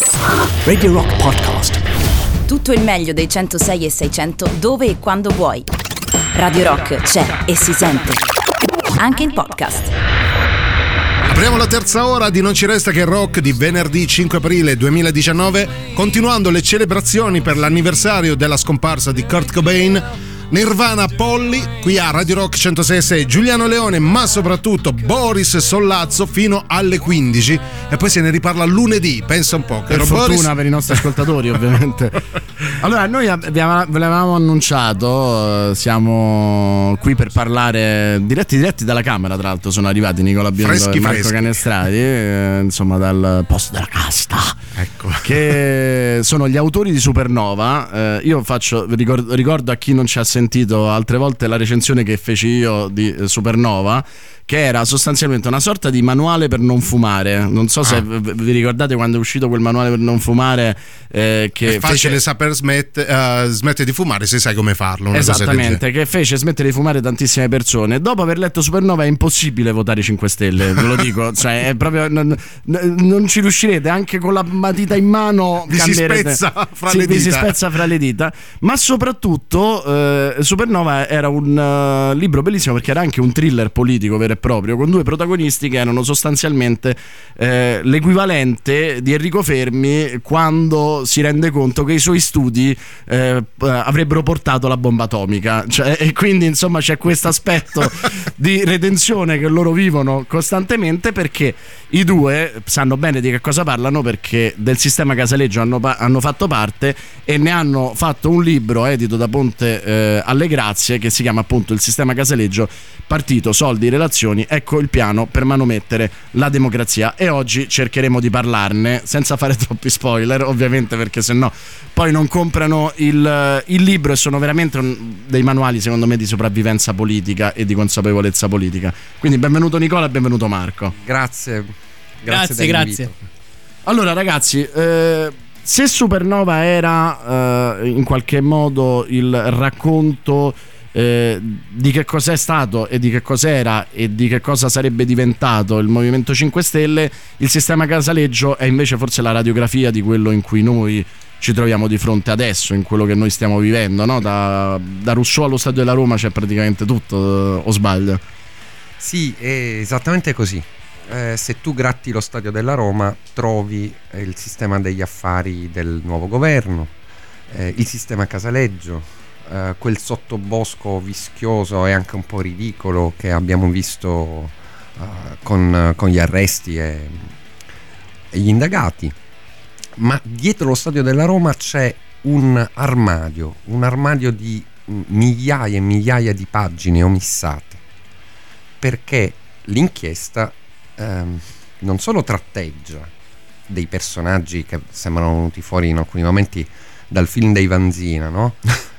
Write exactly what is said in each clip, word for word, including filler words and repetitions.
Radio Rock Podcast. Tutto il meglio dei centosei e seicento dove e quando vuoi. Radio Rock c'è e si sente anche in podcast. Apriamo la terza ora di Non ci resta che rock di venerdì cinque aprile duemiladiciannove, continuando le celebrazioni per l'anniversario della scomparsa di Kurt Cobain. Nirvana, Polly, qui a Radio Rock centosei e sei, Giuliano Leone, ma soprattutto Boris Sollazzo fino alle quindici, e poi se ne riparla lunedì, pensa un po'. Per fortuna Boris... per i nostri ascoltatori ovviamente. Allora, noi abbiamo, ve l'avevamo annunciato, siamo qui per parlare diretti diretti dalla Camera, tra l'altro sono arrivati Nicola Biondo freschi, e Marco freschi. Canestrati, eh, insomma dal posto della casta, ecco, che sono gli autori di Supernova. Eh, io faccio ricordo, ricordo a chi non ci ha sentito altre volte la recensione che feci io di eh, Supernova, che era sostanzialmente una sorta di manuale per non fumare. Non so se ah. vi ricordate quando è uscito quel manuale per non fumare, eh, che è facile fece... saper smette, uh, smettere di fumare se sai come farlo, una esattamente, che fece smettere di fumare tantissime persone. Dopo aver letto Supernova è impossibile votare cinque Stelle, ve lo dico, cioè è proprio non, non ci riuscirete, anche con la matita in mano vi si spezza fra sì, le dita. Vi si spezza fra le dita. Ma soprattutto eh, Supernova era un uh, libro bellissimo, perché era anche un thriller politico vero e proprio, con due protagonisti che erano sostanzialmente eh, l'equivalente di Enrico Fermi quando si rende conto che i suoi studi eh, avrebbero portato la bomba atomica, cioè, e quindi insomma c'è questo aspetto di redenzione che loro vivono costantemente, perché i due sanno bene di che cosa parlano, perché del sistema Casaleggio hanno, hanno fatto parte e ne hanno fatto un libro edito da Ponte eh, alle Grazie, che si chiama appunto Il sistema Casaleggio, partito, soldi, relazioni, ecco il piano per manomettere la democrazia. E oggi cercheremo di parlarne senza fare troppi spoiler, ovviamente, perché sennò poi non comprano il, il libro, e sono veramente un, dei manuali secondo me di sopravvivenza politica e di consapevolezza politica. Quindi benvenuto Nicola e benvenuto Marco. Grazie, grazie, grazie. Allora ragazzi, eh, se Supernova era eh, in qualche modo il racconto Eh, di che cos'è stato e di che cos'era e di che cosa sarebbe diventato il Movimento cinque Stelle, il sistema Casaleggio è invece forse la radiografia di quello in cui noi ci troviamo di fronte adesso, in quello che noi stiamo vivendo, no? Da, da Rousseau allo Stadio della Roma c'è praticamente tutto, o sbaglio? Sì, è esattamente così. Eh, se tu gratti lo Stadio della Roma trovi eh, il sistema degli affari del nuovo governo, eh, il sistema Casaleggio, Uh, quel sottobosco vischioso e anche un po' ridicolo che abbiamo visto uh, con, uh, con gli arresti e, e gli indagati. Ma dietro lo Stadio della Roma c'è un armadio, un armadio di migliaia e migliaia di pagine omissate, perché l'inchiesta um, non solo tratteggia dei personaggi che sembrano venuti fuori in alcuni momenti dal film dei Vanzina, no?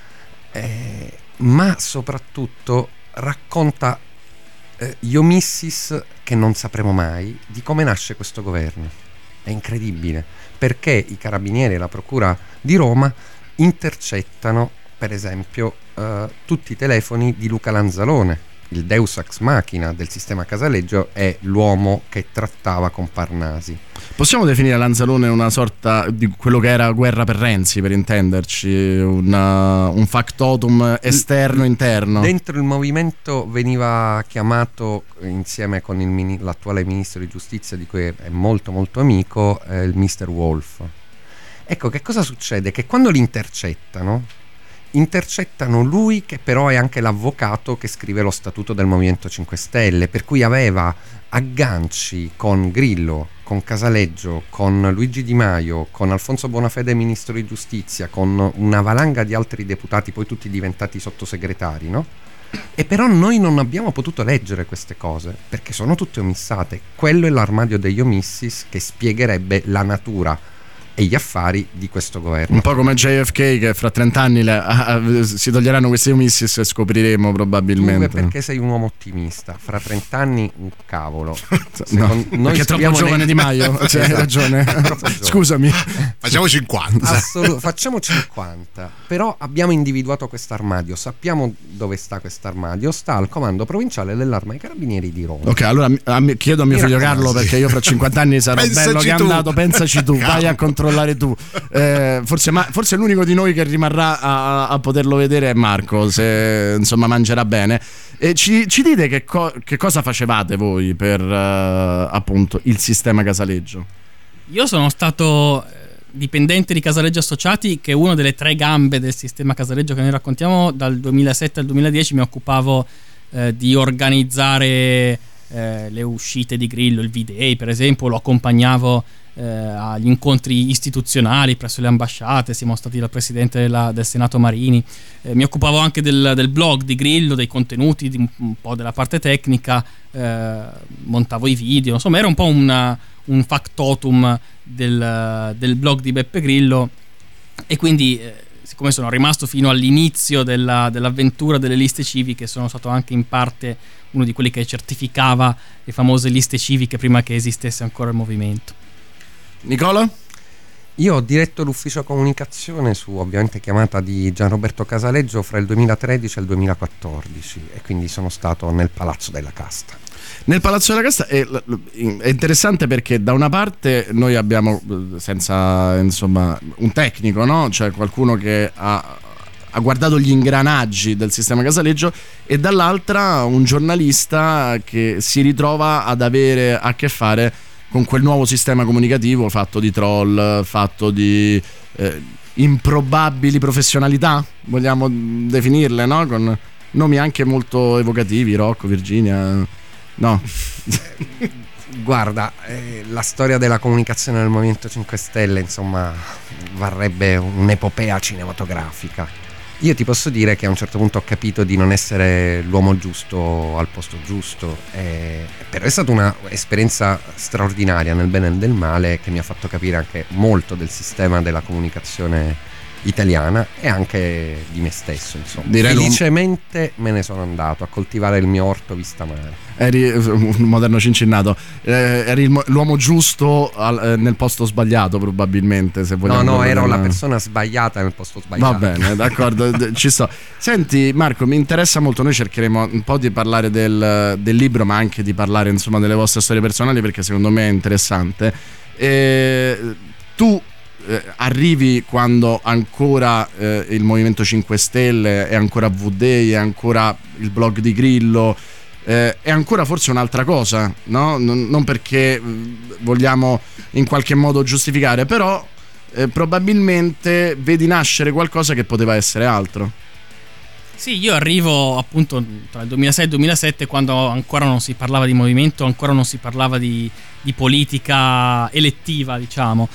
Eh, ma soprattutto racconta eh, gli omissis che non sapremo mai di come nasce questo governo. È incredibile, perché i carabinieri e la procura di Roma intercettano per esempio eh, tutti i telefoni di Luca Lanzalone, il deus ex machina del sistema Casaleggio, è l'uomo che trattava con Parnasi. Possiamo definire Lanzalone una sorta di quello che era Guerra per Renzi, per intenderci, una, un factotum esterno-interno? Dentro il movimento veniva chiamato, insieme con il, l'attuale ministro di giustizia di cui è molto molto amico, eh, il mister Wolf. Ecco, che cosa succede? Che quando li intercettano intercettano lui, che però è anche l'avvocato che scrive lo statuto del Movimento cinque Stelle, per cui aveva agganci con Grillo, con Casaleggio, con Luigi Di Maio, con Alfonso Bonafede ministro di giustizia, con una valanga di altri deputati, poi tutti diventati sottosegretari, no? E però noi non abbiamo potuto leggere queste cose perché sono tutte omissate. Quello è l'armadio degli omissis che spiegherebbe la natura e gli affari di questo governo. Un po' come J F K, che fra trent'anni le, ah, si toglieranno questi omissis e scopriremo probabilmente. Tu perché sei un uomo ottimista, fra trent'anni un cavolo. No, noi perché è troppo giovane ne... Di Maio, cioè, hai ragione. Scusami. Facciamo cinquanta. Assolut- facciamo cinquanta. Però abbiamo individuato quest'armadio, sappiamo dove sta quest'armadio, sta al comando provinciale dell'Arma dei Carabinieri di Roma. Ok, allora a me, chiedo a mio Mi figlio raccomando, Carlo, sì. perché io fra cinquanta anni sarò Pensaci bello che è tu. andato, pensaci tu, vai Carlo. a controllare tu. Eh, forse, ma, forse l'unico di noi che rimarrà a, a poterlo vedere è Marco, se insomma mangerà bene. E ci, ci dite che, co- che cosa facevate voi per eh, appunto il sistema Casaleggio? Io sono stato eh, dipendente di Casaleggio Associati, che è una delle tre gambe del sistema Casaleggio che noi raccontiamo. Dal duemilasette al duemiladieci mi occupavo eh, di organizzare eh, le uscite di Grillo, il V-Day per esempio, lo accompagnavo eh, agli incontri istituzionali presso le ambasciate, siamo stati dal presidente della, del Senato Marini, eh, mi occupavo anche del, del blog di Grillo, dei contenuti, di un, un po' della parte tecnica, eh, montavo i video, insomma era un po' una, un factotum del, del blog di Beppe Grillo, e quindi eh, siccome sono rimasto fino all'inizio della, dell'avventura delle liste civiche, sono stato anche in parte uno di quelli che certificava le famose liste civiche prima che esistesse ancora il movimento. Nicola? Io ho diretto l'ufficio comunicazione su ovviamente chiamata di Gianroberto Casaleggio fra il duemilatredici e il duemilaquattordici, e quindi sono stato nel Palazzo della Casta. Nel Palazzo della Casta è, è interessante perché da una parte noi abbiamo, senza insomma, un tecnico, no? Cioè qualcuno che ha, ha guardato gli ingranaggi del sistema Casaleggio, e dall'altra un giornalista che si ritrova ad avere a che fare con quel nuovo sistema comunicativo fatto di troll, fatto di eh, improbabili professionalità, vogliamo definirle, no? Con nomi anche molto evocativi, Rocco, Virginia, no? Guarda, eh, la storia della comunicazione del Movimento cinque Stelle, insomma, varrebbe un'epopea cinematografica. Io ti posso dire che a un certo punto ho capito di non essere l'uomo giusto al posto giusto, eh, però è stata un'esperienza straordinaria nel bene e nel male, che mi ha fatto capire anche molto del sistema della comunicazione italiana e anche di me stesso, insomma. Direi felicemente me ne sono andato a coltivare il mio orto vista mare. Eri un moderno cincinnato, eh, eri il, l'uomo giusto al, eh, nel posto sbagliato probabilmente, se vogliamo. No, no, ero della... la persona sbagliata nel posto sbagliato. Va bene, d'accordo, ci sto. Senti Marco, mi interessa molto, noi cercheremo un po' di parlare del, del libro, ma anche di parlare insomma delle vostre storie personali, perché secondo me è interessante. E tu eh, arrivi quando ancora eh, il Movimento cinque Stelle è ancora V-Day, è ancora il blog di Grillo, eh, è ancora forse un'altra cosa, no? Non, non perché vogliamo in qualche modo giustificare, però eh, probabilmente vedi nascere qualcosa che poteva essere altro. Sì, io arrivo appunto tra il duemilasei e il duemilasette, quando ancora non si parlava di movimento, ancora non si parlava di, di politica elettiva, diciamo.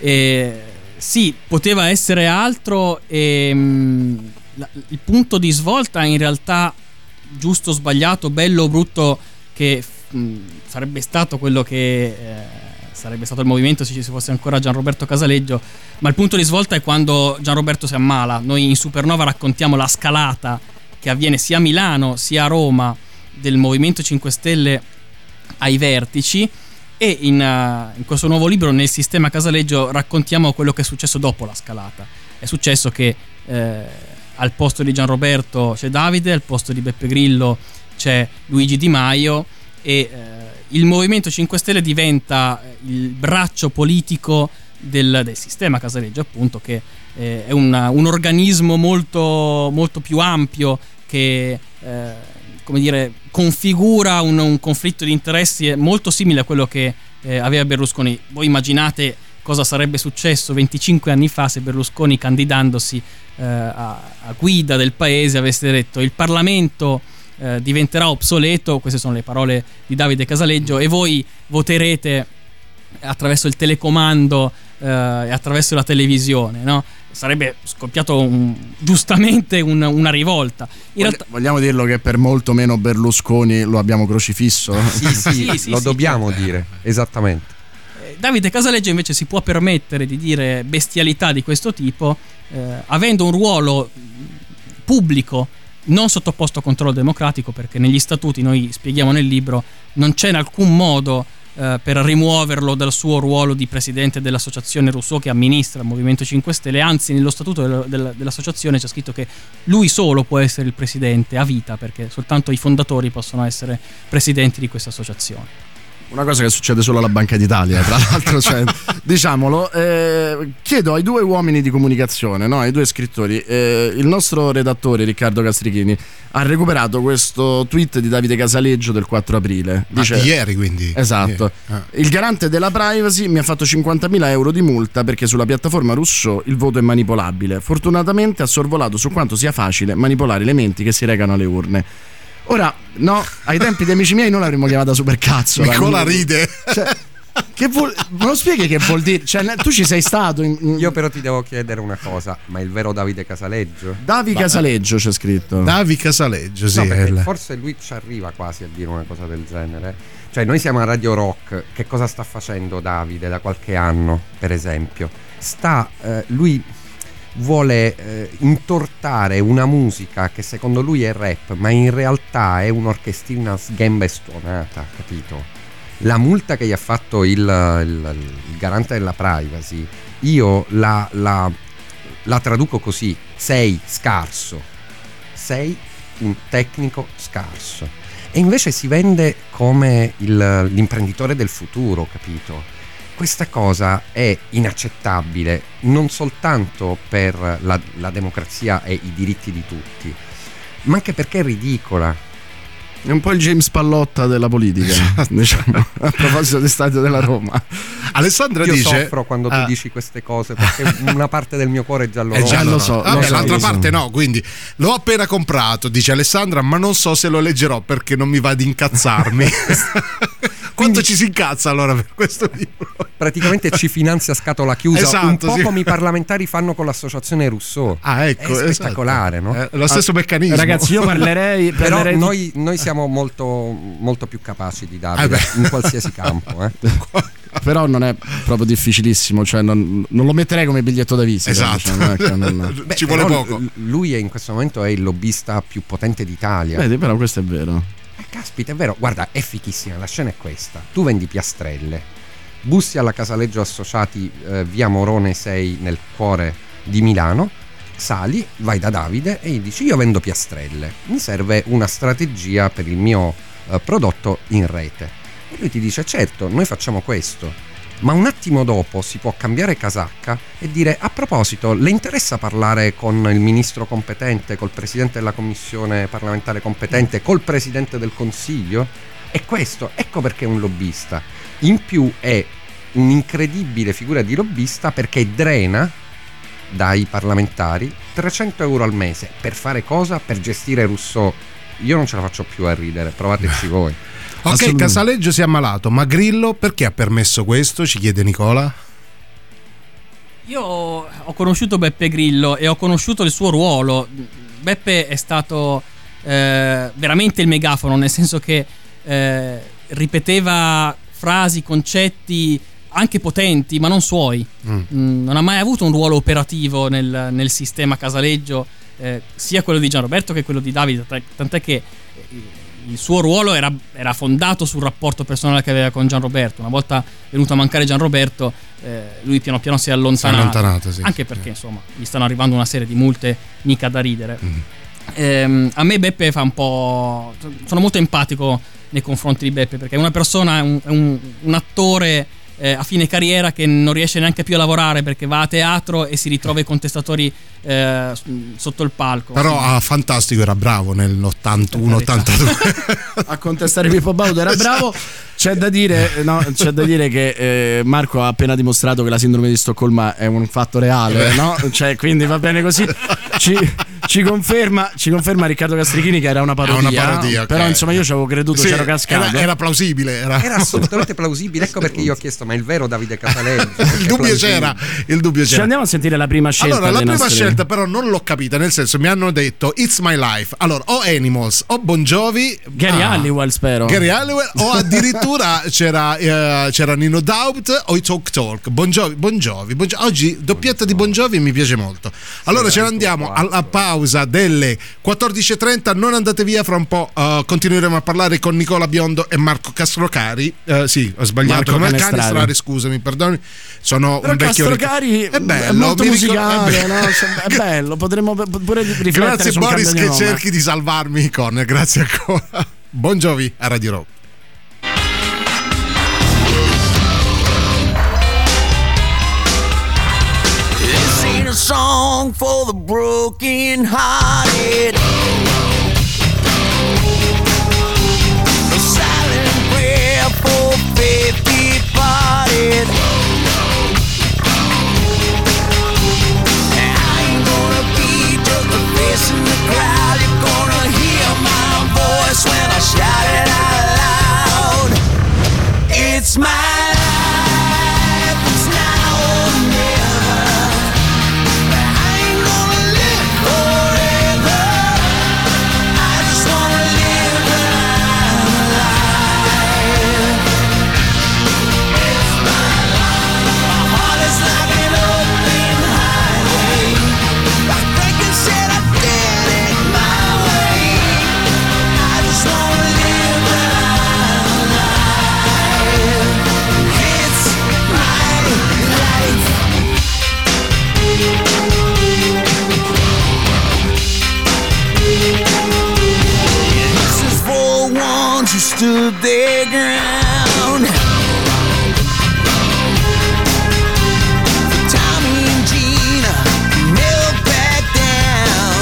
E sì, poteva essere altro, e mh, la, il punto di svolta in realtà, giusto o sbagliato, bello o brutto che mh, sarebbe stato quello che eh, sarebbe stato il movimento se ci fosse ancora Gianroberto Casaleggio, ma il punto di svolta è quando Gianroberto si ammala. Noi in Supernova raccontiamo la scalata che avviene sia a Milano sia a Roma del Movimento cinque Stelle ai vertici, e in, uh, in questo nuovo libro, Nel sistema Casaleggio, raccontiamo quello che è successo dopo la scalata. È successo che eh, al posto di Gianroberto c'è Davide, al posto di Beppe Grillo c'è Luigi Di Maio, e eh, il Movimento cinque Stelle diventa il braccio politico del, del sistema Casaleggio, appunto, che eh, è una, un organismo molto, molto più ampio che eh, come dire, configura un, un conflitto di interessi molto simile a quello che eh, aveva Berlusconi. Voi immaginate cosa sarebbe successo venticinque anni fa se Berlusconi, candidandosi eh, a, a guida del paese, avesse detto: il Parlamento eh, diventerà obsoleto, queste sono le parole di Davide Casaleggio, e voi voterete attraverso il telecomando eh, e attraverso la televisione, no? Sarebbe scoppiato un, giustamente un, una rivolta. In realtà, vogliamo dirlo che per molto meno Berlusconi lo abbiamo crocifisso? Sì, sì, sì, sì, lo sì, dobbiamo certo. dire, esattamente. Davide Casaleggio invece si può permettere di dire bestialità di questo tipo, eh, avendo un ruolo pubblico non sottoposto a controllo democratico, perché negli statuti, noi spieghiamo nel libro, non c'è in alcun modo eh, per rimuoverlo dal suo ruolo di presidente dell'associazione Rousseau che amministra il Movimento cinque Stelle, anzi nello statuto del, del, dell'associazione c'è scritto che lui solo può essere il presidente a vita, perché soltanto i fondatori possono essere presidenti di questa associazione. Una cosa che succede solo alla Banca d'Italia, tra l'altro, cioè, diciamolo. Eh, chiedo ai due uomini di comunicazione, no, ai due scrittori, eh, il nostro redattore Riccardo Castrichini ha recuperato questo tweet di Davide Casaleggio del quattro aprile. Dice, ah, di ieri quindi. Esatto. Ah. Il garante della privacy mi ha fatto cinquantamila euro di multa perché sulla piattaforma Rousseau il voto è manipolabile. Fortunatamente ha sorvolato su quanto sia facile manipolare le menti che si recano alle urne. Ora, no, ai tempi dei amici miei non l'avremmo chiamata supercazzo. Nicola ride. Cioè, che vuol, me lo spieghi che vuol dire? Cioè, tu ci sei stato in, in... Io però ti devo chiedere una cosa, ma il vero Davide Casaleggio? Davi Ma... Casaleggio c'è scritto. Davi Casaleggio, sì. No, perché il... forse lui ci arriva quasi a dire una cosa del genere. Cioè, noi siamo a Radio Rock, che cosa sta facendo Davide da qualche anno, per esempio? Sta, eh, lui... vuole eh, intortare una musica che secondo lui è rap, ma in realtà è un'orchestrina sghemba e stonata, capito? La multa che gli ha fatto il, il, il garante della privacy, io la, la, la traduco così: sei scarso, sei un tecnico scarso. E invece si vende come il, l'imprenditore del futuro, capito? Questa cosa è inaccettabile non soltanto per la, la democrazia e i diritti di tutti, ma anche perché è ridicola. È un po' il James Pallotta della politica, diciamo, a proposito di stadio della Roma. Alessandra Io dice: soffro quando tu ah, dice queste cose, perché una parte del mio cuore è giallo è rosso. giallo lo so, rosso. lo Vabbè, so, l'altra lo so. parte no, quindi l'ho appena comprato, dice Alessandra, ma non so se lo leggerò perché non mi va di incazzarmi. Quanto ci si incazza allora per questo libro? Praticamente ci finanzia a scatola chiusa, Esatto, un po' sì. come i parlamentari fanno con l'associazione Rousseau. Ah, ecco, È spettacolare, esatto. no? È lo stesso Ah, meccanismo. Ragazzi, io parlerei, Però parlerei di- noi, noi siamo molto, molto più capaci di Eh Davide beh. in qualsiasi campo, eh. però non è proprio difficilissimo, cioè non, non lo metterei come biglietto da visita. Esatto. Diciamo, ecco, non- Beh, ci vuole però poco. l- Lui è in questo momento è il lobbista più potente d'Italia. Vedi, però questo è vero. Eh, caspita, è vero, guarda, è fichissima, la scena è questa. Tu vendi piastrelle, bussi alla Casaleggio Associati, eh, via Morone sei nel cuore di Milano, sali, vai da Davide e gli dici: io vendo piastrelle, mi serve una strategia per il mio eh, prodotto in rete. E lui ti dice: certo, noi facciamo questo. Ma un attimo dopo si può cambiare casacca e dire: a proposito, le interessa parlare con il ministro competente, col presidente della commissione parlamentare competente, col presidente del consiglio? E questo, ecco perché è un lobbista. In più è un'incredibile figura di lobbista perché drena dai parlamentari trecento euro al mese. Per fare cosa? Per gestire Rousseau. Io non ce la faccio più a ridere, provateci voi. Ok, Casaleggio si è ammalato, ma Grillo perché ha permesso questo? Ci chiede Nicola. Io ho conosciuto Beppe Grillo e ho conosciuto il suo ruolo. Beppe è stato eh, veramente il megafono, nel senso che eh, ripeteva frasi, concetti anche potenti, ma non suoi. Mm. Mm, non ha mai avuto un ruolo operativo nel, nel sistema Casaleggio, eh, sia quello di Gianroberto che quello di Davide, tant'è che il suo ruolo era, era fondato sul rapporto personale che aveva con Gianroberto. Una volta venuto a mancare Gianroberto, eh, lui piano piano si è allontanato, si è allontanato sì, anche perché insomma gli stanno arrivando una serie di multe mica da ridere. Mm. Eh, a me Beppe fa un po', sono molto empatico nei confronti di Beppe, perché è una persona, è un, è un, un attore eh, a fine carriera che non riesce neanche più a lavorare perché va a teatro e si ritrova i contestatori eh, sotto il palco. Però ah, fantastico, era bravo nell'ottantuno ottantadue a contestare Pippo Baudo, era bravo. C'è da dire, no, c'è da dire che eh, Marco ha appena dimostrato che la sindrome di Stoccolma è un fatto reale, no? Cioè, quindi va bene così. Ci, ci conferma, ci conferma Riccardo Castrichini che era una parodia. Una parodia, okay. Però insomma io ci avevo creduto, sì, c'ero cascato. Era, era plausibile, era. Era assolutamente plausibile. Ecco perché io ho chiesto: ma il vero Davide Casaleggio? il dubbio c'era, il dubbio c'era. Ci andiamo a sentire la prima scelta. Allora, la prima nostre... scelta però non l'ho capita, nel senso mi hanno detto It's My Life. Allora, o Animals o Bon Jovi, Gary ah, Halliwell, spero. Gary Halliwell, o addirittura c'era Uh, c'era Nino Doubt o i Talk Talk. Bon Jovi, Bon Jovi, Bon Jovi. Oggi doppietta di Bon Jovi mi piace molto. Allora sì, ce ne andiamo alla pausa. pausa delle quattordici e trenta. Non andate via, fra un po' uh, continueremo a parlare con Nicola Biondo e Marco Castrocari. Uh, sì, ho sbagliato. Come Canestrari, scusami, perdoni. Sono Però un vecchio Castrocari ric- è bello, è molto mi musicale, ricordo- no? È bello, potremmo pure riflettere Grazie sul Boris cambio di che nome. cerchi di salvarmi con. Grazie ancora. Bon Jovi a Radio Rock. This ain't a song for the broken hearted. A silent prayer for faith departed. I ain't gonna be just a face in the crowd. You're gonna hear my voice when I shout it out loud. It's my life, it's now or never. I ain't gonna live forever. I just wanna live when I'm alive. It's my life. My heart is like an open highway. Like Franklin said, I did it my way. I just wanna live when I'm alive. It's my life. This is for ones who stood their ground. For Tommy and Gina, who never back down.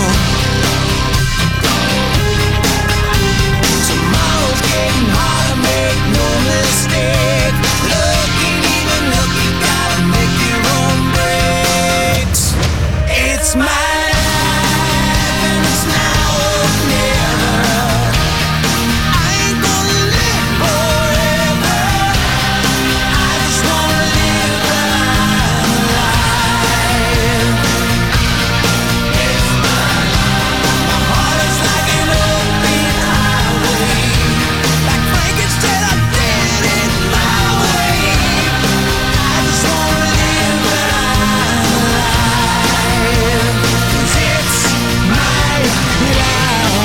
Tomorrow's getting harder, make no mistake. Looking even look, you gotta make your own breaks. It's my life and it's now or never. I ain't gonna live forever. I just wanna live when I'm alive. It's my life. My heart is like an open highway. Like Frankenstein, I did it my way. I just wanna live when I'm alive. 'Cause it's my life.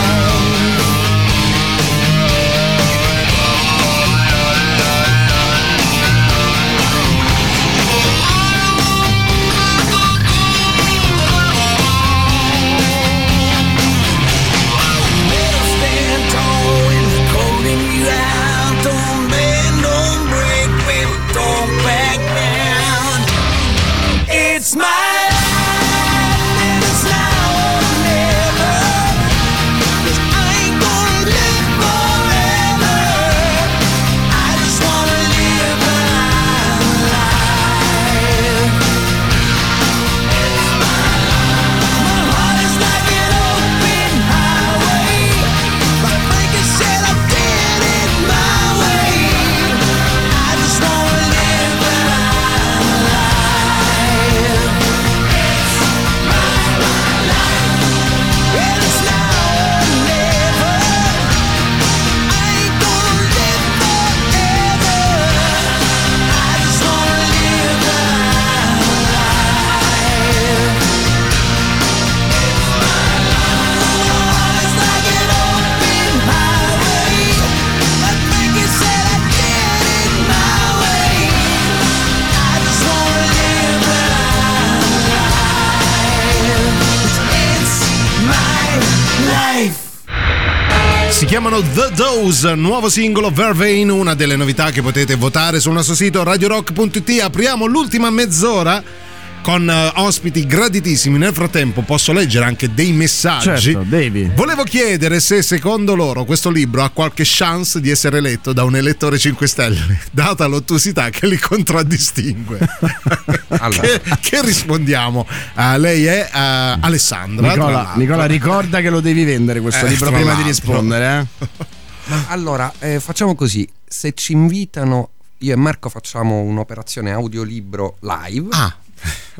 Better stand tall when they're calling you out. Don't bend, don't break, baby, don't back down. It's my life and it's now or never. 'Cause I ain't gonna live forever. I just wanna live when I'm alive. It's my life. My heart is like an open highway. Like Frankie said, I did it my way. I just wanna live when I'm alive. It's my life, and it's now or never. I ain't gonna live forever. I just wanna live when I'm alive. It's like an open highway. Like Frankie said, I did it my way. I just wanna live when I'm alive. It's my life. Si chiamano The Dose, nuovo singolo Vervain, una delle novità che potete votare sul nostro sito radio rock punto it. Apriamo l'ultima mezz'ora con eh, ospiti graditissimi. Nel frattempo posso leggere anche dei messaggi. Certo, devi. Volevo chiedere se secondo loro questo libro ha qualche chance di essere letto da un elettore cinque Stelle, data l'ottusità che li contraddistingue. Allora. che, che rispondiamo? Uh, lei è uh, Alessandra. tra Nicola, l'altro. Nicola, ricorda che lo devi vendere questo Eh, libro tra prima di l'altro. rispondere, eh? Allora, eh, facciamo così: se ci invitano, io e Marco facciamo un'operazione audiolibro live. Ah,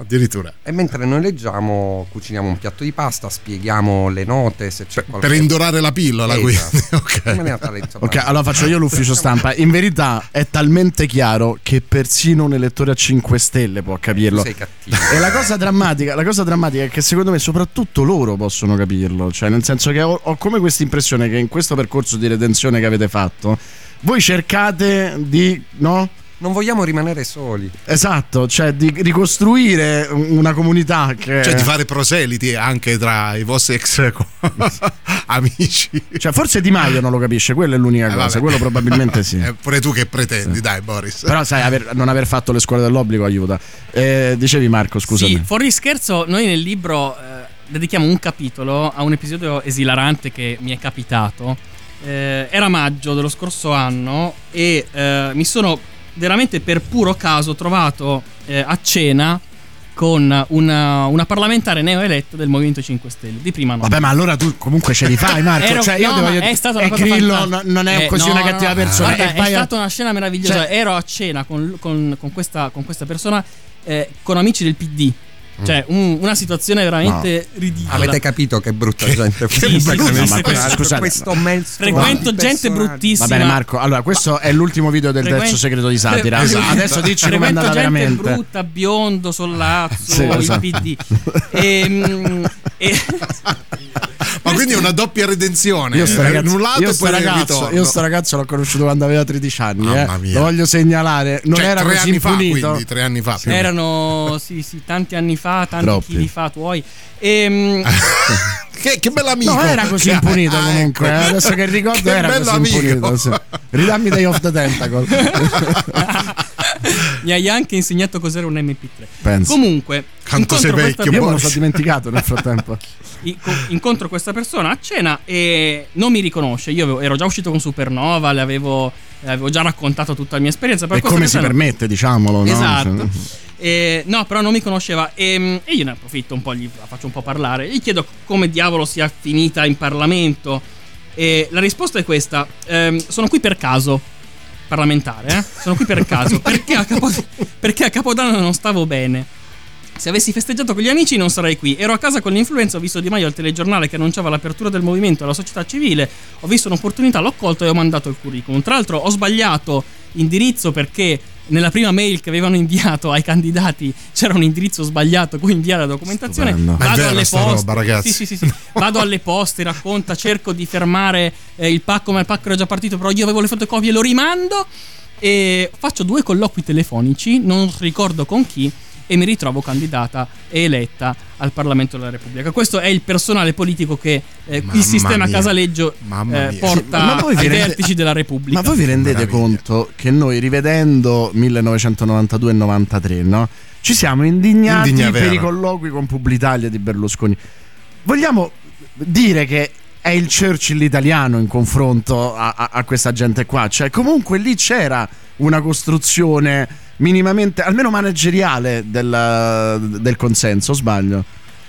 Addirittura. E mentre noi leggiamo, cuciniamo un piatto di pasta, spieghiamo le note, se c'è Per, qualche... per indorare la pillola, Esatto. quindi. Ok. In maniera tale, insomma, Ok, allora faccio io l'ufficio stampa. In verità è talmente chiaro che persino un elettore a cinque stelle può tu capirlo. sei cattivo. E la cosa drammatica, la cosa drammatica è che secondo me soprattutto loro possono capirlo. Cioè, nel senso che ho, ho come questa impressione che in questo percorso di redenzione che avete fatto, voi cercate di, no? Non vogliamo rimanere soli. Esatto, cioè di ricostruire una comunità che... Cioè di fare proseliti anche tra i vostri ex amici. Cioè forse Di Maio non lo capisce, quella è l'unica Eh, cosa, vabbè. quello probabilmente sì. Eh, pure tu che pretendi, dai Boris. Però sai, aver- non aver fatto le scuole dell'obbligo aiuta. Eh, dicevi Marco, scusami. Sì, fuori scherzo, noi nel libro eh, dedichiamo un capitolo a un episodio esilarante che mi è capitato. Eh, era maggio dello scorso anno e eh, mi sono veramente per puro caso trovato eh, a cena con una, una parlamentare neoeletta del Movimento cinque Stelle di prima nomina. Vabbè, ma allora tu comunque ce li fai, Marco. Ero- cioè, io no, ti ma voglio è stata una e cosa Grillo fantastica. non è Eh, così no, una no, cattiva no. persona. Guarda, e vai è a- stata una scena meravigliosa. Cioè- Ero a cena con, con- con questa, con questa persona eh, con amici del P D. Cioè, un- una situazione veramente ridicola. Avete capito che brutta gente Sì, sì, sì, no, ma sì, questo- sì. scusate, questo maelstrom Frequento di gente personaggi. bruttissima. Va bene Marco, allora questo è l'ultimo video del Frequent- terzo segreto di satira. Esatto. Adesso dici com'è Frequento andata gente veramente. brutta, biondo, sollazzo, Sì, il esatto. P D. E, e- Ma quindi è una doppia redenzione. Io sto Eh, ragazzo, in un lato io e sto poi nel ragazzo, ritorno. io sto ragazzo l'ho conosciuto quando aveva tredici anni, Mamma eh. mia. Lo voglio segnalare, non Cioè, era tre così anni fa, impunito. quindi tre anni fa. più o meno. erano sì, sì, tanti anni fa, tanti Troppi. chili fa tuoi. E, Che, che bell'amico. No, era così Che- impunito ah, comunque. ecco. eh. Adesso che ricordo Che era bello così amico. impunito. Sì. Ridammi Day of the Tentacle. mi hai anche insegnato cos'era un M P tre. Penso. Comunque, Quanto sei incontro vecchio, questa, Io me lo Boris. sono dimenticato nel frattempo. i- co- incontro questa persona a cena e non mi riconosce. Io avevo- ero già uscito con Supernova, le avevo, le avevo già raccontato tutta la mia esperienza. Però E questa come si persona- permette, diciamolo, no? Esatto. Cioè, E, no, però non mi conosceva e, e io ne approfitto un po', gli la faccio un po' parlare. Gli chiedo come diavolo sia finita in Parlamento e la risposta è questa: ehm, sono qui per caso. Parlamentare, eh? Sono qui per caso perché a, Capo- perché a Capodanno non stavo bene. Se avessi festeggiato con gli amici non sarei qui. Ero a casa con l'influenza, ho visto Di Maio al telegiornale che annunciava l'apertura del movimento alla società civile. Ho visto un'opportunità, l'ho colto e ho mandato il curriculum. Tra l'altro ho sbagliato indirizzo perché nella prima mail che avevano inviato ai candidati c'era un indirizzo sbagliato cui inviare la documentazione. Stupendo. Ma è Vado vera alle sta poste, roba, ragazzi. Sì, sì, sì, sì. Vado alle poste, racconta, cerco di fermare eh, il pacco, ma il pacco era già partito, però io avevo le fotocopie, lo rimando e faccio due colloqui telefonici, non ricordo con chi, e mi ritrovo candidata e eletta al Parlamento della Repubblica. Questo è il personale politico che eh, Mamma il sistema mia. Casaleggio Mamma eh, mia. porta Sì, ma voi vi ai rende- vertici della Repubblica. Ma voi vi rendete Meraviglia. conto che noi rivedendo millenovecentonovantadue e novantatré, no? Ci siamo indignati Indigna vera. per i colloqui con Publitalia di Berlusconi. Vogliamo dire che è il Churchill italiano in confronto a, a- a questa gente qua? Cioè, comunque lì c'era una costruzione minimamente, almeno manageriale del, del consenso, o sbaglio?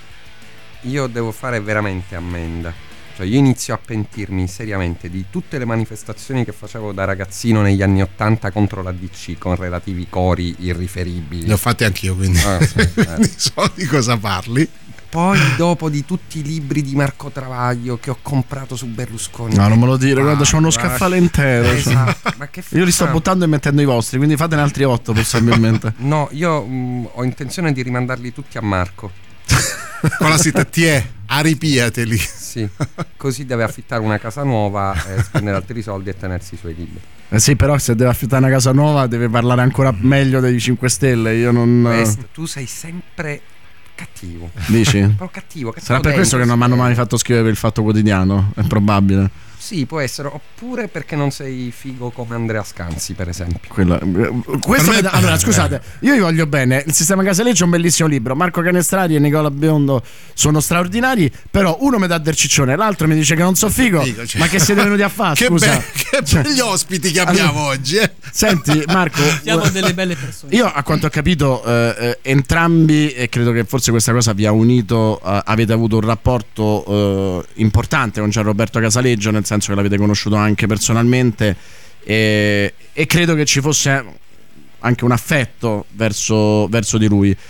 Io devo fare veramente ammenda. Cioè io inizio a pentirmi seriamente di tutte le manifestazioni che facevo da ragazzino negli anni ottanta contro la D C con relativi cori irriferibili. Le ho fatte anch'io, quindi Ah, sì, eh. Quindi so di cosa parli. Poi dopo di tutti i libri di Marco Travaglio che ho comprato su Berlusconi. No, non me lo dire, guarda, c'è uno Guarda, scaffale intero. cioè. Esatto. Ma che Io li sto fa? buttando e mettendo i vostri, quindi fatene altri otto possibilmente. No, io mh, ho intenzione di rimandarli tutti a Marco. Con la sita ti è, aripiateli. Sì, così deve affittare una casa nuova, e spendere altri soldi e tenersi i suoi libri. Eh sì, però se deve affittare una casa nuova deve parlare ancora meglio dei cinque Stelle. Io non. Questo, tu sei sempre cattivo. Dici? Proprio cattivo. cattivo Sarà per questo che non mi hanno mai fatto scrivere per il Fatto Quotidiano. È probabile. Sì, può essere. Oppure perché non sei figo come Andrea Scanzi, per esempio. Quella- Questo me- mi dà- allora, scusate, io vi voglio bene. Il sistema Casaleggio è un bellissimo libro. Marco Canestrari e Nicola Biondo sono straordinari. Però uno mi dà del ciccione, l'altro mi dice che non so figo. Figo, cioè. Ma che siete venuti a fare? Che, Scusa. be- che belli ospiti che abbiamo oggi. Eh. Senti, Marco. Siamo delle belle persone. Io a quanto ho capito eh, eh, entrambi, e credo che forse questa cosa vi ha unito, eh, avete avuto un rapporto eh, importante con Gianroberto Casaleggio, nel senso che l'avete conosciuto anche personalmente e, e credo che ci fosse anche un affetto verso, verso di lui.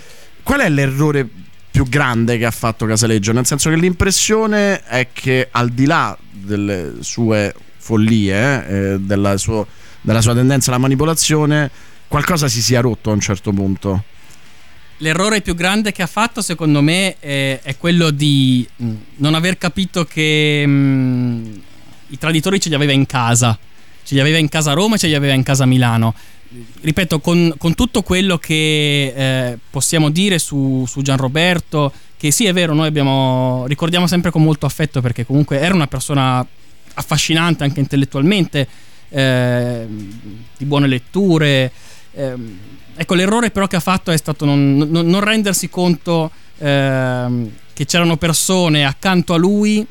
qual è l'errore più grande che ha fatto Casaleggio? Nel senso che l'impressione è che al di là delle sue follie, eh, della, suo, della sua tendenza alla manipolazione, qualcosa si sia rotto a un certo punto. L'errore più grande che ha fatto, secondo me, è, è quello di mh, non aver capito che mh, i traditori ce li aveva in casa. Ce li aveva in casa a Roma e ce li aveva in casa a Milano. Ripeto, con, con tutto quello che eh, possiamo dire su, su Gianroberto, che sì, è vero, noi abbiamo, ricordiamo sempre con molto affetto, perché comunque era una persona affascinante anche intellettualmente, eh, di buone letture. Eh, ecco, l'errore però che ha fatto è stato non, non, non rendersi conto eh, che c'erano persone accanto a lui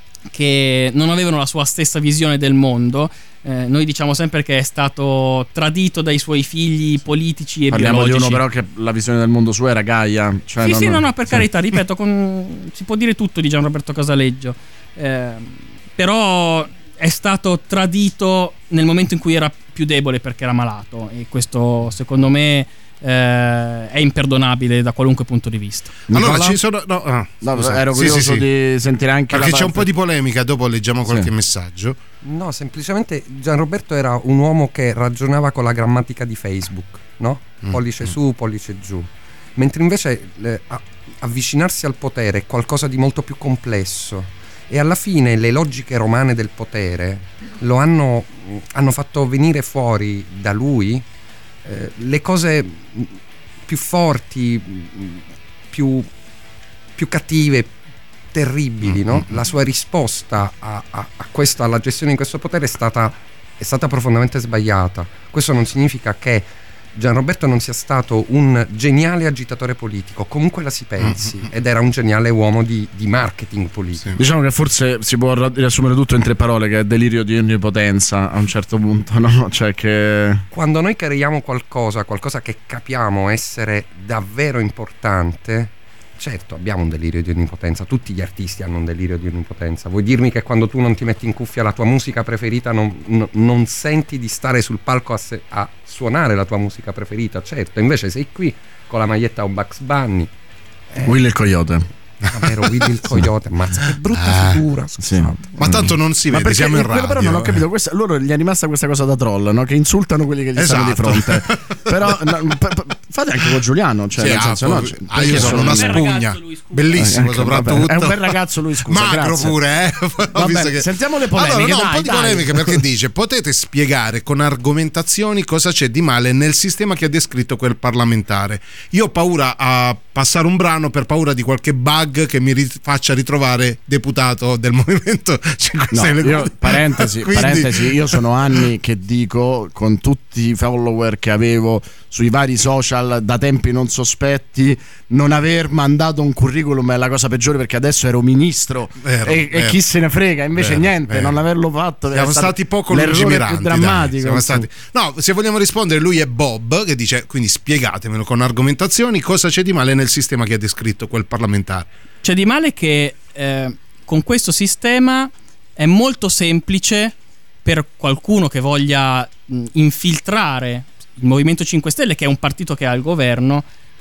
che non avevano la sua stessa visione del mondo. Eh, noi diciamo sempre che è stato tradito dai suoi figli politici e Parliamo biologici. di uno però che la visione del mondo sua era Gaia, cioè sì non, sì no no per sì. carità, ripeto, con, si può dire tutto di Gianroberto Casaleggio, eh, però è stato tradito nel momento in cui era più debole, perché era malato, e questo secondo me eh, è imperdonabile da qualunque punto di vista. Allora Nicola? ci sono no, ah, No, scusa. ero Sì, curioso sì, sì. di sentire anche perché la c'è un parte- po' di polemica, dopo leggiamo qualche Sì. messaggio. No, semplicemente Gianroberto era un uomo che ragionava con la grammatica di Facebook, no? Mm. Pollice su, pollice giù. Mentre invece eh, a- avvicinarsi al potere è qualcosa di molto più complesso, e alla fine le logiche romane del potere lo hanno, hanno fatto venire fuori da lui eh, le cose più forti, più, più cattive, terribili, no? La sua risposta a, a, a questo, alla gestione di questo potere è stata, è stata profondamente sbagliata. Questo non significa che Gianroberto non sia stato un geniale agitatore politico, comunque la si pensi, ed era un geniale uomo di, di marketing politico. Sì. Diciamo che forse si può ra- riassumere tutto in tre parole, che è delirio di onnipotenza a un certo punto, no? Cioè che Quando noi creiamo qualcosa, qualcosa che capiamo essere davvero importante, certo abbiamo un delirio di onnipotenza, tutti gli artisti hanno un delirio di onnipotenza. Vuoi dirmi che quando tu non ti metti in cuffia la tua musica preferita non, no- non senti di stare sul palco a, se- a suonare la tua musica preferita? Certo, invece sei qui con la maglietta a un Bugs Bunny, Willy il Coyote. davvero Willy il Coyote, mazza che brutta Ah, figura, sì. scusate. Ma tanto non si Ma vede, perché siamo in quello radio. però non ho eh. capito, questa, loro gli è rimasta questa cosa da troll, no? Che insultano quelli che gli stanno di Esatto. fronte. Però no, p- p- fate anche con Giuliano, cioè Sì, nel ah, senso, poi- no, cioè, ah, perché io sono una un bel spugna, ragazzo lui, scusa. bellissimo Ecco, soprattutto. vabbè, è un bel ragazzo lui, scusa, magro grazie. pure, eh. Vabbè, Visto che- sentiamo le polemiche, allora, no, dai, un po' di dai. polemiche, perché dice: potete spiegare con argomentazioni cosa c'è di male nel sistema che ha descritto quel parlamentare. Io ho paura a passare un brano per paura di qualche bug che mi ri- faccia ritrovare deputato del Movimento cinque No, Stelle. io, parentesi, Quindi- parentesi, io sono anni che dico, con tutti i follower che avevo sui vari social da tempi non sospetti, non aver mandato un curriculum è la cosa peggiore, perché adesso ero ministro Vero, e, e vero. chi se ne frega, invece Vero, niente, vero. non averlo fatto Siamo è stato stati poco l'errore lungimiranti, più dai. drammatico. Siamo stati... No, se vogliamo rispondere, lui è Bob che dice: quindi spiegatemelo con argomentazioni cosa c'è di male nel sistema che ha descritto quel parlamentare. C'è di male che eh, con questo sistema è molto semplice per qualcuno che voglia mh, infiltrare il Movimento cinque Stelle, che è un partito che ha il governo,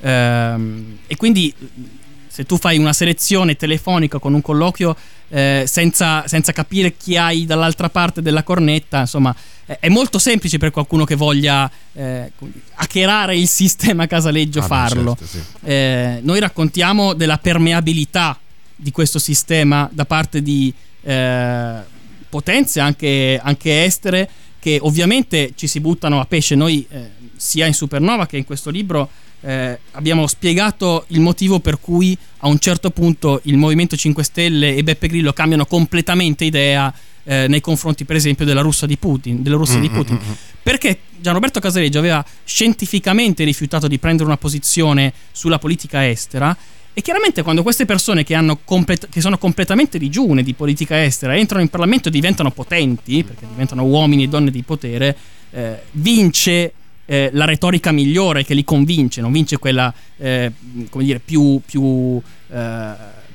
ehm, e quindi se tu fai una selezione telefonica con un colloquio eh, senza, senza capire chi hai dall'altra parte della cornetta, insomma, è, è molto semplice per qualcuno che voglia eh, hackerare il sistema Casaleggio Ah, beh, farlo. certo, sì. Eh, noi raccontiamo della permeabilità di questo sistema da parte di eh, potenze anche, anche estere, che ovviamente ci si buttano a pesce. Noi eh, sia in Supernova che in questo libro eh, abbiamo spiegato il motivo per cui a un certo punto il Movimento cinque Stelle e Beppe Grillo cambiano completamente idea eh, nei confronti, per esempio, della Russia di Putin, della Russia di Putin. Perché Gianroberto Casaleggio aveva scientificamente rifiutato di prendere una posizione sulla politica estera, e chiaramente quando queste persone che, hanno complet- che sono completamente digiune di politica estera entrano in Parlamento e diventano potenti, perché diventano uomini e donne di potere, eh, vince eh, la retorica migliore che li convince, non vince quella eh, come dire più, più, eh,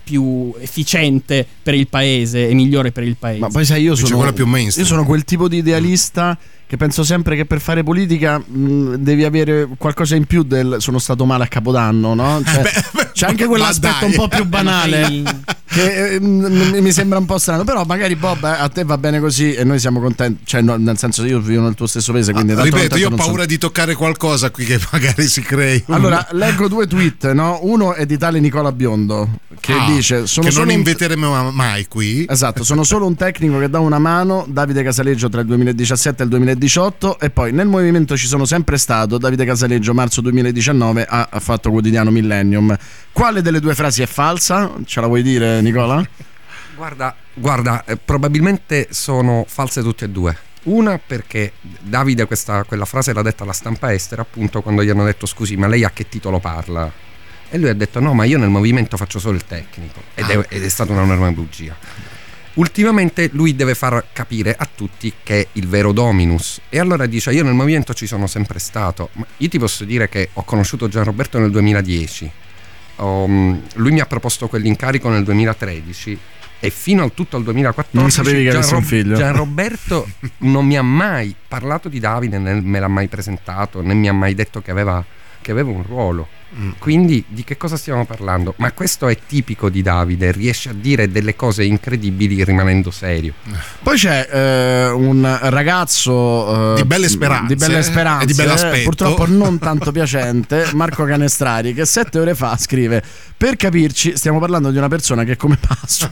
più efficiente per il paese e migliore per il paese. Ma poi sai, io Dice sono, quella più mainstream. io sono quel tipo di idealista che penso sempre che per fare politica mh, devi avere qualcosa in più del sono stato male a Capodanno, no? Cioè, Beh, beh, c'è anche quell'aspetto dai. un po' più banale che eh, mh, mi sembra un po' strano, però magari Bob, eh, a te va bene così e noi siamo contenti, cioè no, nel senso io vivo nel tuo stesso paese, quindi tanto Ripeto, io ho non paura sono... di toccare qualcosa qui che magari si crei. un- Allora, leggo due tweet, no? Uno è di tale Nicola Biondo che Ah, dice sono che solo non un- inviteremo mai qui. Esatto, sono solo un tecnico che dà una mano, Davide Casaleggio tra il duemiladiciassette e il duemiladiciotto, e poi nel movimento ci sono sempre stato, Davide Casaleggio marzo duemiladiciannove ha, ha fatto quotidiano Millennium. Quale delle due frasi è falsa? Ce la vuoi dire, Nicola? Guarda, guarda eh, probabilmente sono false tutte e due. Una perché Davide questa, quella frase l'ha detta alla stampa estera, appunto quando gli hanno detto scusi ma lei a che titolo parla? E lui ha detto no, ma io nel movimento faccio solo il tecnico, ed è, ed è stata un'enorme bugia. Ultimamente lui deve far capire a tutti che è il vero dominus, e allora dice io nel movimento ci sono sempre stato. Ma io ti posso dire che ho conosciuto Gianroberto nel duemiladieci, um, lui mi ha proposto quell'incarico nel duemilatredici e fino al tutto al duemilaquattordici Non sapevi che avessi un figlio. Gianroberto non mi ha mai parlato di Davide, né me l'ha mai presentato, né mi ha mai detto che aveva, che aveva un ruolo. Quindi di che cosa stiamo parlando? Ma questo è tipico di Davide, riesce a dire delle cose incredibili rimanendo serio. Poi c'è eh, un ragazzo eh, Di belle speranze, di belle speranze e di bell'aspetto. eh, purtroppo non tanto piacente, Marco Canestrari, che sette ore fa scrive: per capirci stiamo parlando di una persona che come passo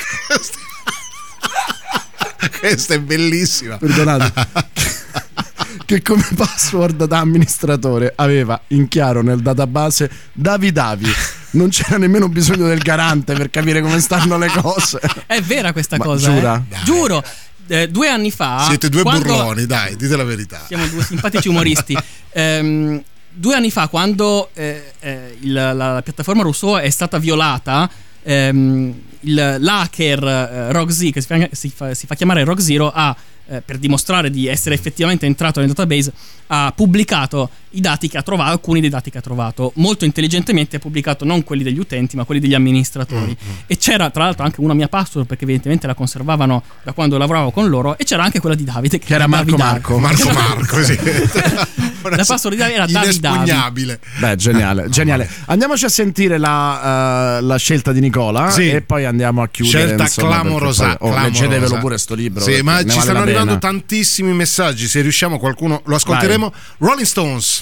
Questa è bellissima. perdonate che come password da amministratore aveva in chiaro nel database Davi Davi. Non c'era nemmeno bisogno del garante per capire come stanno le cose. È vera questa Ma cosa, giura? eh? Dai. Giuro. Eh, due anni fa Siete due quando- burloni, dai, dite la verità. Siamo due simpatici umoristi. Ehm, due anni fa, quando eh, eh, il- la, la piattaforma Rousseau è stata violata, ehm, il, l'hacker eh, Rock che si fa, si, fa, si fa chiamare Rock Zero ha, eh, per dimostrare di essere effettivamente entrato nel database, ha pubblicato i dati che ha trovato, alcuni dei dati che ha trovato. Molto intelligentemente ha pubblicato non quelli degli utenti, ma quelli degli amministratori. Mm-hmm. E c'era tra l'altro anche una mia password, perché evidentemente la conservavano da quando lavoravo con loro, e c'era anche quella di Davide, che, Che era Marco Davi Marco. Marco Marco, sì. La password di Davide era Davi Davi. Inespugnabile. Beh, geniale, geniale. Andiamoci a sentire la, eh, la scelta di Nicola, Sì. e poi andiamo a chiudere. Scelta insomma, perché clamorosa, poi- oh, clamorosa. leggetevelo pure sto libro. Sì, perché ma ne ci vale stanno la arrivando pena. tantissimi messaggi. Se riusciamo, qualcuno lo ascolteremo. Rolling Stones.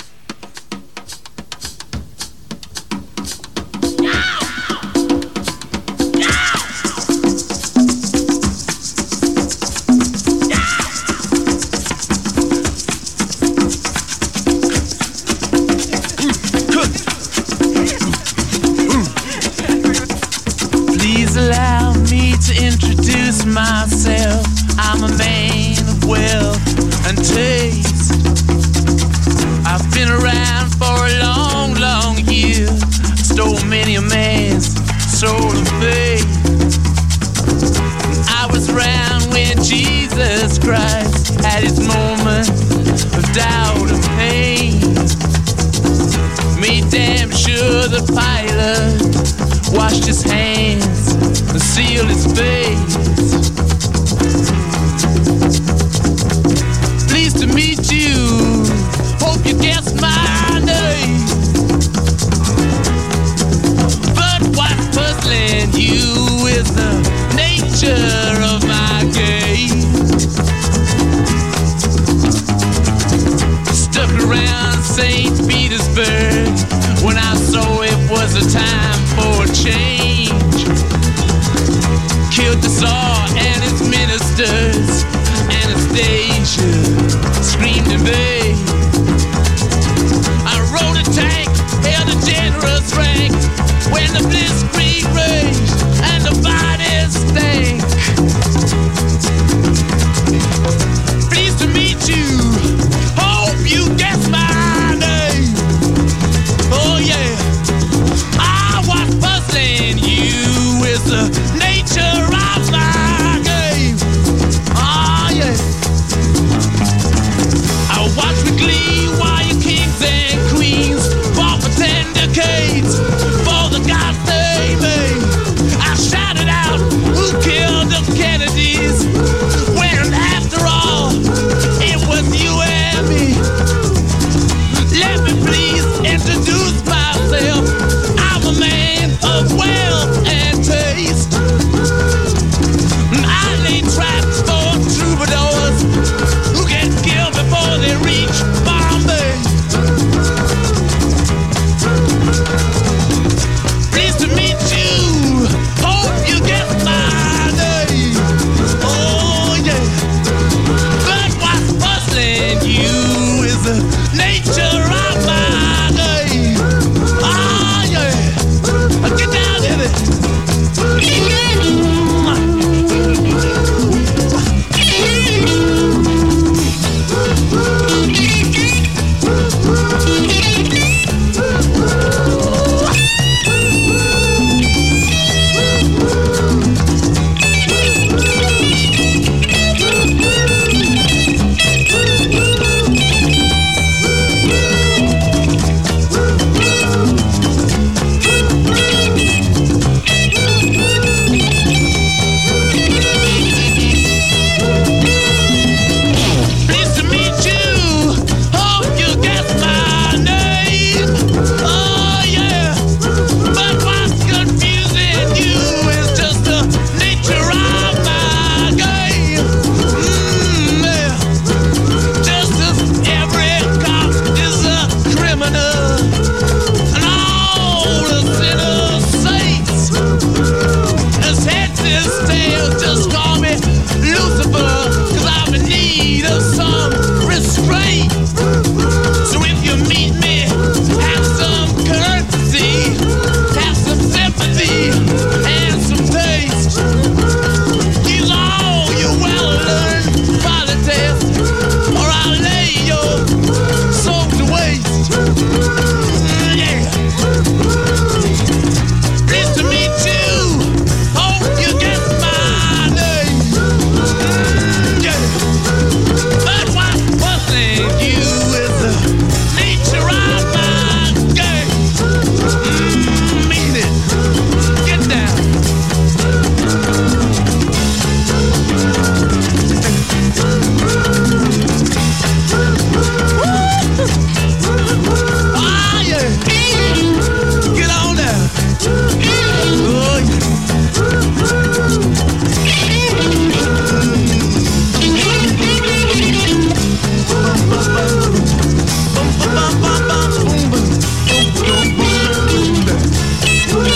Please allow me to introduce myself. I'm a man of wealth and taste. I've been around for a long, long year. Stole many a man's soul of faith. I was around when Jesus Christ had his moment of doubt and pain. Made damn sure the pilot washed his hands and sealed his face. Pleased to meet you. Hope you guessed my name. But what's puzzling you is the nature of my game. Stuck around Saint Petersburg when I saw it was a time for a change. Killed the Tsar and his ministers. Anastasia screamed in vain. I rode a tank, held a generous rank when the blitzkrieg raged and the bodies stank. Pleased to meet you. Hope you guess my name. Oh yeah, I was puzzling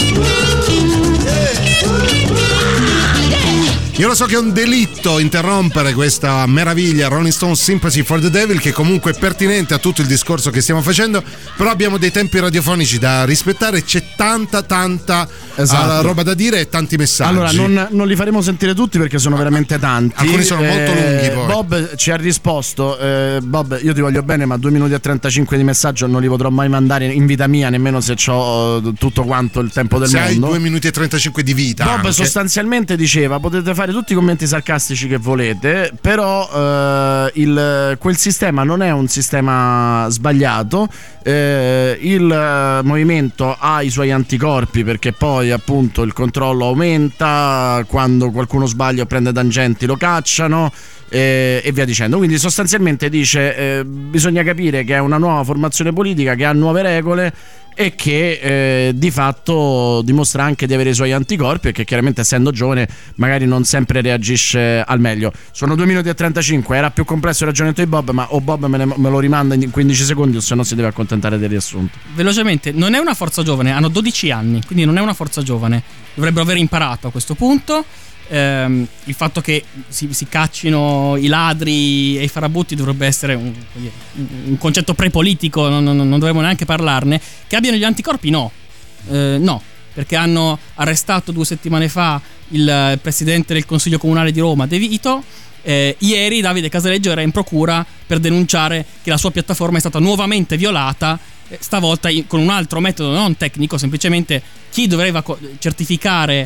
Io lo so che è un delitto interrompere questa meraviglia Rolling Stone Sympathy for the Devil, che comunque è pertinente a tutto il discorso che stiamo facendo, però abbiamo dei tempi radiofonici da rispettare, c'è tanta tanta esatto. uh, roba da dire e tanti messaggi. Allora non, non li faremo sentire tutti perché sono veramente tanti. Alcuni sono molto eh, lunghi poi. Bob ci ha risposto eh, Bob, io ti voglio bene, ma due minuti e trentacinque di messaggio non li potrò mai mandare in vita mia, nemmeno se ho tutto quanto il tempo del se mondo. hai due minuti e trentacinque di vita Bob anche. Sostanzialmente diceva: potete fare tutti i commenti sarcastici che volete, però eh, il, quel sistema non è un sistema sbagliato, eh, il eh, movimento ha i suoi anticorpi perché poi appunto il controllo aumenta, quando qualcuno sbaglia o prende tangenti lo cacciano eh, e via dicendo. Quindi sostanzialmente dice eh, bisogna capire che è una nuova formazione politica che ha nuove regole e che eh, di fatto dimostra anche di avere i suoi anticorpi e che chiaramente essendo giovane magari non sempre reagisce al meglio. Sono due minuti e trentacinque, era più complesso il ragionamento di Bob, ma o Bob me, ne, me lo rimanda in quindici secondi o se no si deve accontentare del riassunto. Velocemente, non è una forza giovane, hanno dodici anni, quindi non è una forza giovane, dovrebbero aver imparato a questo punto. Ehm, il fatto che si, si caccino i ladri e i farabutti dovrebbe essere un, un concetto prepolitico, non, non, non dovremmo neanche parlarne. Che abbiano gli anticorpi no, eh, no, perché hanno arrestato due settimane fa il presidente del Consiglio Comunale di Roma, De Vito. Eh, ieri Davide Casaleggio era in procura per denunciare che la sua piattaforma è stata nuovamente violata, eh, stavolta con un altro metodo non tecnico, semplicemente chi doveva co- certificare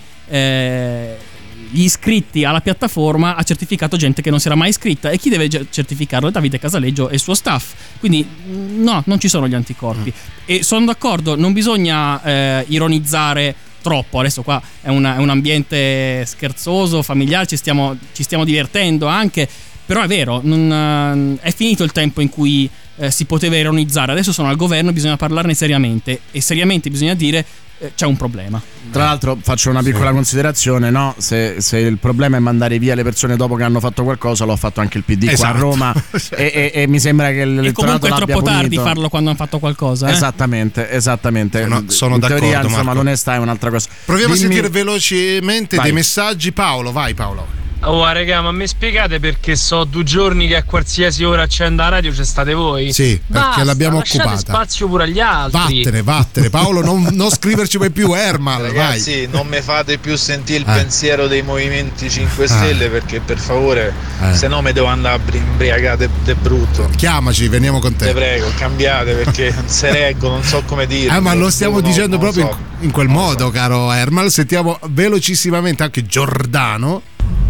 eh, gli iscritti alla piattaforma ha certificato gente che non si era mai iscritta, e chi deve certificarlo è Davide Casaleggio e il suo staff. Quindi no, non ci sono gli anticorpi. Mm. E sono d'accordo, non bisogna eh, ironizzare troppo. Adesso qua è, una, è un ambiente scherzoso, familiare, ci stiamo, ci stiamo divertendo anche, però è vero, non, è finito il tempo in cui eh, si poteva ironizzare. Adesso sono al governo, bisogna parlarne seriamente, e seriamente bisogna dire eh, c'è un problema. Tra l'altro faccio una piccola considerazione, no? Se, se il problema è mandare via le persone dopo che hanno fatto qualcosa, lo ha fatto anche il P D esatto. qua a Roma e, e, e mi sembra che l'elettorato e comunque è troppo punito. tardi farlo quando hanno fatto qualcosa, eh? Esattamente, esattamente. Sono, sono in d'accordo, teoria, insomma, Marco. l'onestà è un'altra cosa. Proviamo Dimmi... a sentire velocemente vai. dei messaggi. Paolo, vai Paolo. Oh raga, ma mi spiegate perché so due giorni che a qualsiasi ora accendo la radio c'è state voi? Sì, perché Basta, l'abbiamo lasciate occupata. Spazio pure agli altri. Vattene, vattene Paolo, non, non scriverci mai più, Ermal. Ragazzi, vai. non mi fate più sentire il eh. pensiero dei Movimenti cinque Stelle eh. perché per favore, eh. se no mi devo andare a imbriagare de brutto. Chiamaci, veniamo con te. Te prego, cambiate perché non se reggo, non so come dire. Eh, ma lo stiamo non, dicendo non proprio so. in, in quel non modo, so. Caro Ermal. Sentiamo velocissimamente anche Giordano.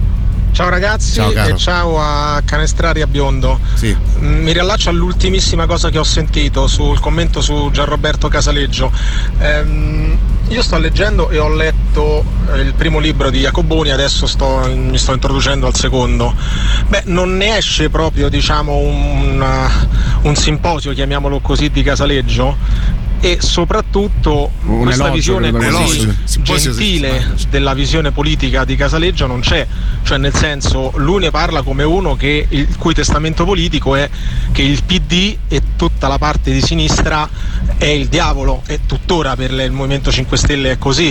Ciao ragazzi, ciao, e ciao a Canestrari a Biondo. Sì. Mi riallaccio all'ultimissima cosa che ho sentito sul commento su Gianroberto Casaleggio. Ehm, io sto leggendo e ho letto il primo libro di Jacoboni, adesso sto, mi sto introducendo al secondo. Beh, non ne esce proprio, diciamo, un, un simposio, chiamiamolo così, di Casaleggio, e soprattutto un questa elogio, visione così elogio. gentile della visione politica di Casaleggio non c'è, cioè nel senso lui ne parla come uno che il cui testamento politico è che il P D e tutta la parte di sinistra è il diavolo, e tuttora per il Movimento cinque Stelle è così,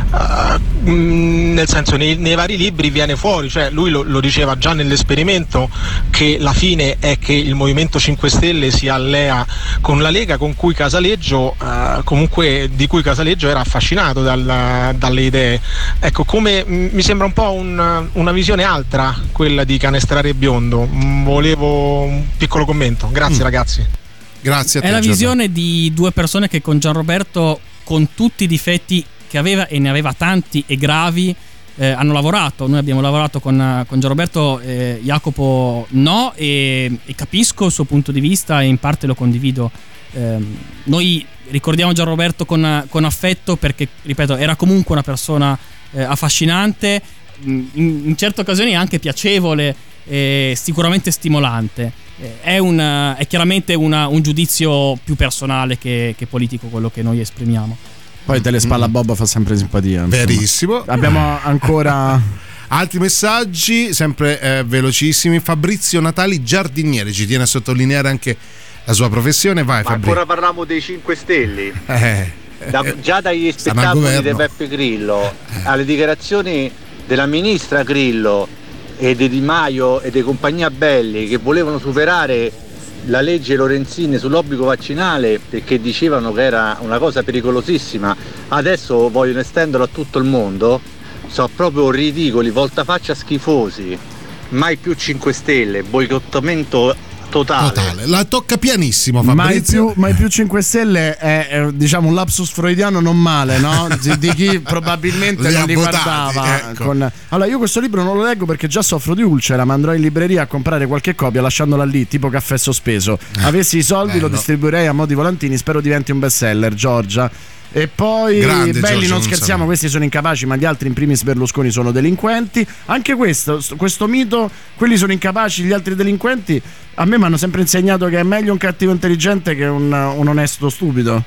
uh, mh, nel senso nei, nei vari libri viene fuori, cioè lui lo, lo diceva già nell'esperimento che la fine è che il Movimento cinque Stelle si allea con la Lega, con cui Casaleggio Uh, comunque di cui Casaleggio era affascinato dal, dalle idee. Ecco, come m- mi sembra un po' un, una visione altra quella di Canestrari e Biondo. M- volevo un piccolo commento. Grazie mm. ragazzi. Grazie a te. È la Giorgio. visione di due persone che con Gianroberto, con tutti i difetti che aveva, e ne aveva tanti e gravi, eh, hanno lavorato. Noi abbiamo lavorato con, con Gianroberto, eh, Jacopo no, e, e capisco il suo punto di vista e in parte lo condivido. Eh, noi ricordiamo Gianroberto con, con affetto perché, ripeto, era comunque una persona eh, affascinante, in, in certe occasioni anche piacevole e sicuramente stimolante. Eh, è, una, è chiaramente una, un giudizio più personale che, che politico quello che noi esprimiamo. Poi te le spalla Bob fa sempre simpatia, insomma. Verissimo. Abbiamo ancora altri messaggi, sempre eh, velocissimi. Fabrizio Natali giardiniere ci tiene a sottolineare anche la sua professione. Vai, ma Fabri. ancora parliamo dei cinque Stelle. Eh. Da, già dagli spettacoli di Beppe Grillo alle dichiarazioni della ministra Grillo e di Di Maio e di compagnia Belli, che volevano superare la legge Lorenzin sull'obbligo vaccinale perché dicevano che era una cosa pericolosissima, adesso vogliono estenderlo a tutto il mondo, sono proprio ridicoli, voltafaccia schifosi, mai più cinque Stelle, boicottamento totale. Totale. La tocca pianissimo Mai Fabrizio. più, mai più cinque Stelle è, è, diciamo un lapsus freudiano non male, no? Di, di chi probabilmente Li non ha li votati, guardava. ecco. Con... Allora, io questo libro non lo leggo perché già soffro di ulcera, ma andrò in libreria a comprare qualche copia lasciandola lì, tipo caffè sospeso. Avessi i soldi bello. lo distribuirei a mo' di volantini, spero diventi un bestseller, Giorgia. E poi Grande, belli, Giorgio, non non scherziamo, so. questi sono incapaci, ma gli altri, in primis Berlusconi, sono delinquenti. Anche questo, questo mito, quelli sono incapaci, gli altri delinquenti, a me mi hanno sempre insegnato che è meglio un cattivo intelligente che un, un onesto stupido.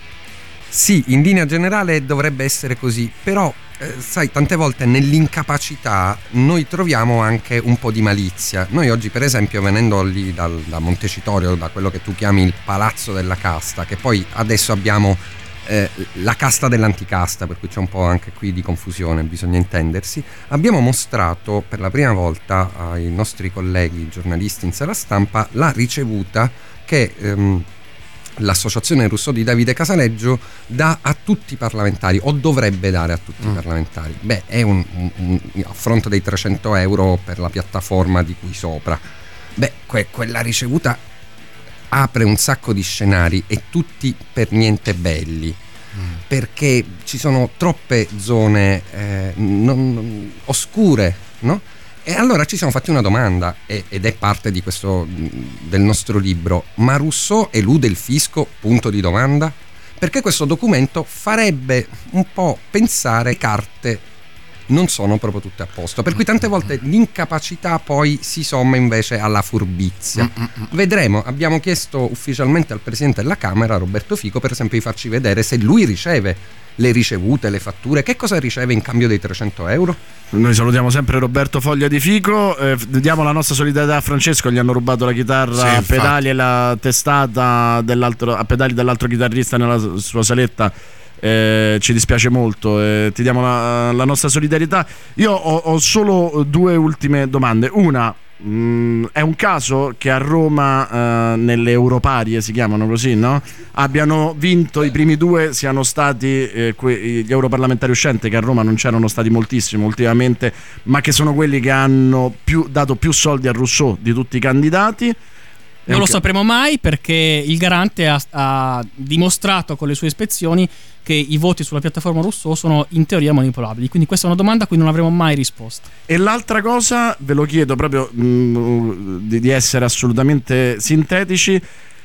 Sì, in linea generale dovrebbe essere così, però eh, sai, tante volte nell'incapacità noi troviamo anche un po' di malizia. Noi oggi, per esempio, venendo lì dal, da Montecitorio, da quello che tu chiami il palazzo della casta, che poi adesso abbiamo eh, la casta dell'anticasta, per cui c'è un po' anche qui di confusione, bisogna intendersi, abbiamo mostrato per la prima volta ai nostri colleghi giornalisti in sala stampa la ricevuta che ehm, l'associazione Rousseau di Davide Casaleggio dà a tutti i parlamentari, o dovrebbe dare a tutti mm. i parlamentari. Beh, è un, un, un a fronte dei trecento euro per la piattaforma di cui sopra. Beh, que, quella ricevuta apre un sacco di scenari e tutti per niente belli, mm. perché ci sono troppe zone eh, non, non, oscure, no? E allora ci siamo fatti una domanda, ed è parte di questo, del nostro libro: ma Rousseau elude il fisco? Punto di domanda. Perché questo documento farebbe un po' pensare che carte non sono proprio tutte a posto, per cui tante volte l'incapacità poi si somma invece alla furbizia. Vedremo, abbiamo chiesto ufficialmente al Presidente della Camera, Roberto Fico, per esempio, di farci vedere se lui riceve le ricevute, le fatture, che cosa riceve in cambio dei trecento euro. Noi salutiamo sempre Roberto Foglia di Fico, eh, diamo la nostra solidarietà a Francesco, gli hanno rubato la chitarra Sì, a infatti. pedali e la testata dell'altro, a pedali dell'altro chitarrista nella sua saletta. Eh, ci dispiace molto, eh, ti diamo la, la nostra solidarietà. Io ho, ho solo due ultime domande. Una, mh, è un caso che a Roma, eh, nelle Europarie si chiamano così, no? Abbiano vinto i primi due, siano stati eh, que- gli europarlamentari uscenti, che a Roma non c'erano stati moltissimo ultimamente, ma che sono quelli che hanno più, dato più soldi a Rousseau di tutti i candidati. Non lo sapremo mai, perché il garante ha, ha dimostrato con le sue ispezioni che i voti sulla piattaforma Rousseau sono in teoria manipolabili. Quindi questa è una domanda a cui non avremo mai risposta. E l'altra cosa, ve lo chiedo proprio mh, di, di essere assolutamente sintetici: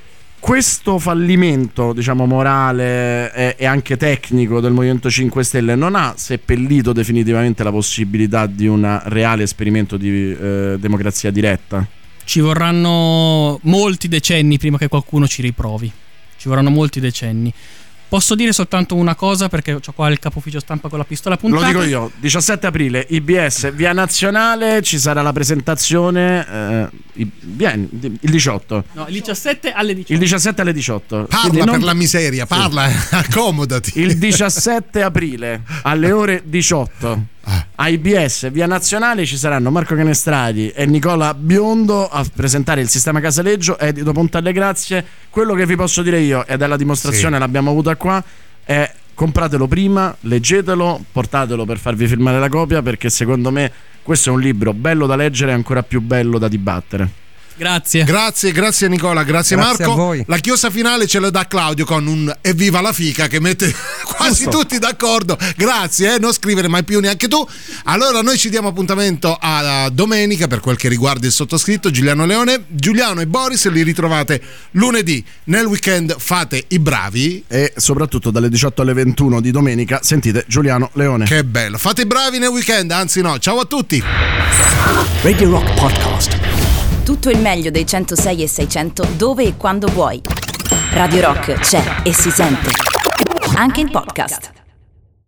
questo fallimento, diciamo, morale e, e anche tecnico del Movimento cinque Stelle non ha seppellito definitivamente la possibilità di un reale esperimento di eh, democrazia diretta? Ci vorranno molti decenni prima che qualcuno ci riprovi. Ci vorranno molti decenni. Posso dire soltanto una cosa, perché ho qua il capo ufficio stampa con la pistola puntata. Lo dico io: diciassette aprile, I B S, via Nazionale, ci sarà la presentazione. Eh, vieni, il diciotto. No, il diciassette alle diciotto. Il diciassette alle diciotto. Parla non... per la miseria, parla, sì. Accomodati. Il diciassette aprile alle ore diciotto. A I B S, via Nazionale, ci saranno Marco Canestrati e Nicola Biondo a presentare il sistema Casaleggio, edito Ponte alle Grazie. Quello che vi posso dire io, ed è la dimostrazione, sì, l'abbiamo avuta qua, è: compratelo prima, leggetelo, portatelo per farvi firmare la copia, perché secondo me questo è un libro bello da leggere e ancora più bello da dibattere. Grazie. Grazie, grazie Nicola, grazie, grazie Marco. A voi. La chiosa finale ce la dà Claudio con un evviva la fica che mette quasi Giusto. tutti d'accordo. Grazie, eh, non scrivere mai più neanche tu. Allora noi ci diamo appuntamento a domenica per quel che riguarda il sottoscritto Giuliano Leone. Giuliano e Boris li ritrovate lunedì. Nel weekend fate i bravi. E soprattutto dalle diciotto alle ventuno di domenica sentite Giuliano Leone. Che bello, fate i bravi nel weekend, anzi no. Ciao a tutti. Radio Rock Podcast. Tutto il meglio dei centosei e seicento dove e quando vuoi. Radio Rock c'è e si sente. Anche in podcast.